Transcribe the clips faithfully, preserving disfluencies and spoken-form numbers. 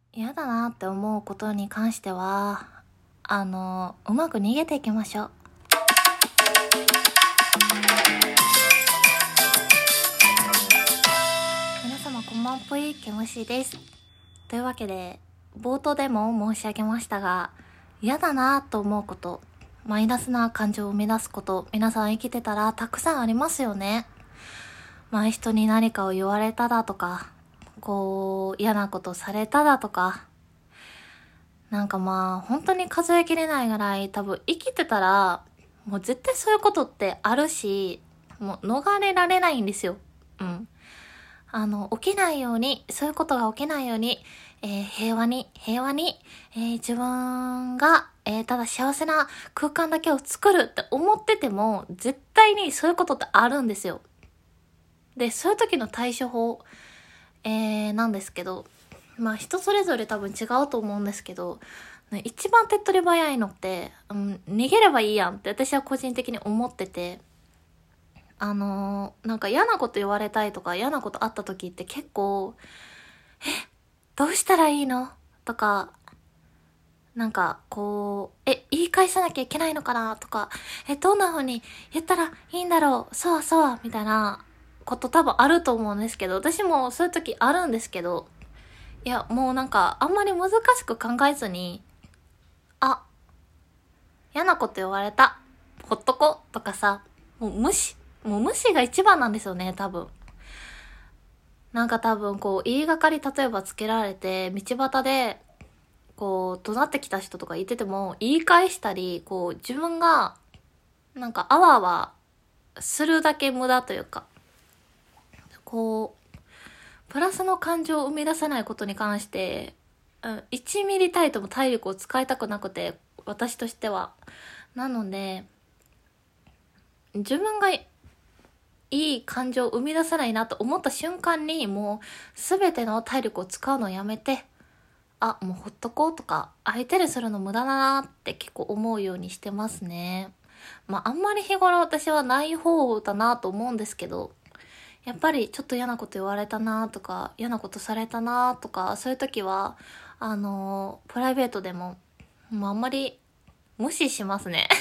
嫌だなって思うことに関しては、あの、うまく逃げていきましょう。皆様こんばんぽい、けむしです。というわけで、冒頭でも申し上げましたが、嫌だなと思うこと、マイナスな感情を生み出すこと、皆さん生きてたらたくさんありますよね。まあ人に何かを言われただとか、こう嫌なことされただとか、なんかまあ本当に数えきれないぐらい多分生きてたらもう絶対そういうことってあるし、もう逃れられないんですよ。うん。あの、起きないように、そういうことが起きないように、えー平和に、平和に、えー自分が、えーただ幸せな空間だけを作るって思ってても、絶対にそういうことってあるんですよ。で、そういう時の対処法、えー、なんですけど、まあ人それぞれ多分違うと思うんですけど、ね一番手っ取り早いのって、うん、逃げればいいやんって私は個人的に思ってて、あのー、なんか嫌なこと言われたいとか嫌なことあった時って結構、え、どうしたらいいのとか、なんかこう、え、言い返さなきゃいけないのかなとか、え、どんな風に言ったらいいんだろうそうそうみたいなこと多分あると思うんですけど、私もそういう時あるんですけど、いや、もうなんか、あんまり難しく考えずに、あ、嫌なこと言われた。ほっとことかさ、もう無視。もう無視が一番なんですよね、多分。なんか多分こう、言いがかり例えばつけられて、道端で、こう、怒鳴ってきた人とか言ってても、言い返したり、こう、自分が、なんか、あわあわするだけ無駄というか、こう、プラスの感情を生み出さないことに関して、うん、いちミリたりとも体力を使いたくなくて、私としては。なので、自分がいい感情を生み出さないなと思った瞬間に、もうすべての体力を使うのをやめて、あ、もうほっとこうとか、相手にするの無駄だなって結構思うようにしてますね。まああんまり日頃私はない方だなと思うんですけど、やっぱりちょっと嫌なこと言われたなとか、嫌なことされたなとか、そういう時は、あのー、プライベートでも、もうあんまり無視しますね。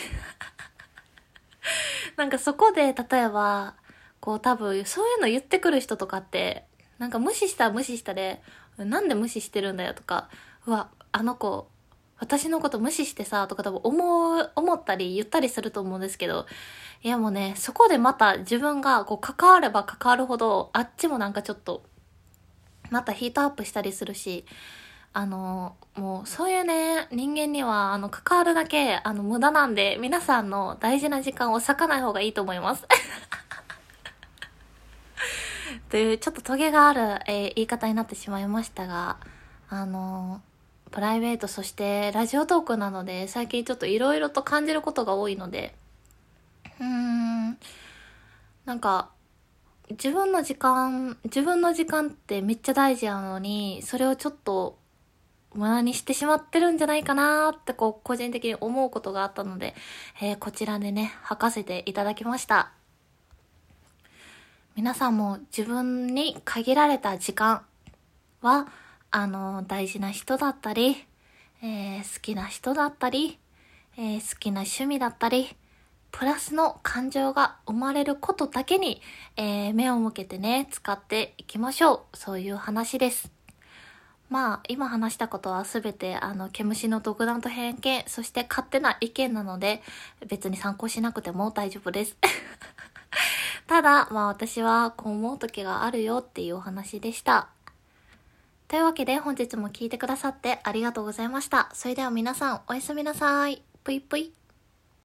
なんかそこで、例えば、こう多分、そういうの言ってくる人とかって、なんか無視したら無視したで、なんで無視してるんだよとか、うわ、あの子、私のこと無視してさ、とか多分思う、思ったり言ったりすると思うんですけど、いやもうね、そこでまた自分がこう関われば関わるほど、あっちもなんかちょっと、またヒートアップしたりするし、あの、もうそういうね、人間には、あの、関わるだけ、あの、無駄なんで、皆さんの大事な時間を割かない方がいいと思います。という、ちょっとトゲがある、えー言い方になってしまいましたが、あの、プライベート、そしてラジオトークなので、最近ちょっといろいろと感じることが多いので、うーん、なんか、自分の時間、自分の時間ってめっちゃ大事なのに、それをちょっと無駄にしてしまってるんじゃないかなーってこう個人的に思うことがあったので、えーこちらでね、吐かせていただきました。皆さんも自分に限られた時間は、あの、大事な人だったり、えー好きな人だったり、えー好きな趣味だったり、プラスの感情が生まれることだけに、えー目を向けてね、使っていきましょう。そういう話です。まあ、今話したことはすべて、あの、毛虫の独断と偏見、そして勝手な意見なので、別に参考しなくても大丈夫です。ただ、まあ私はこう思う時があるよっていうお話でした。というわけで本日も聞いてくださってありがとうございました。それでは皆さんおやすみなさい。ぷいぷい。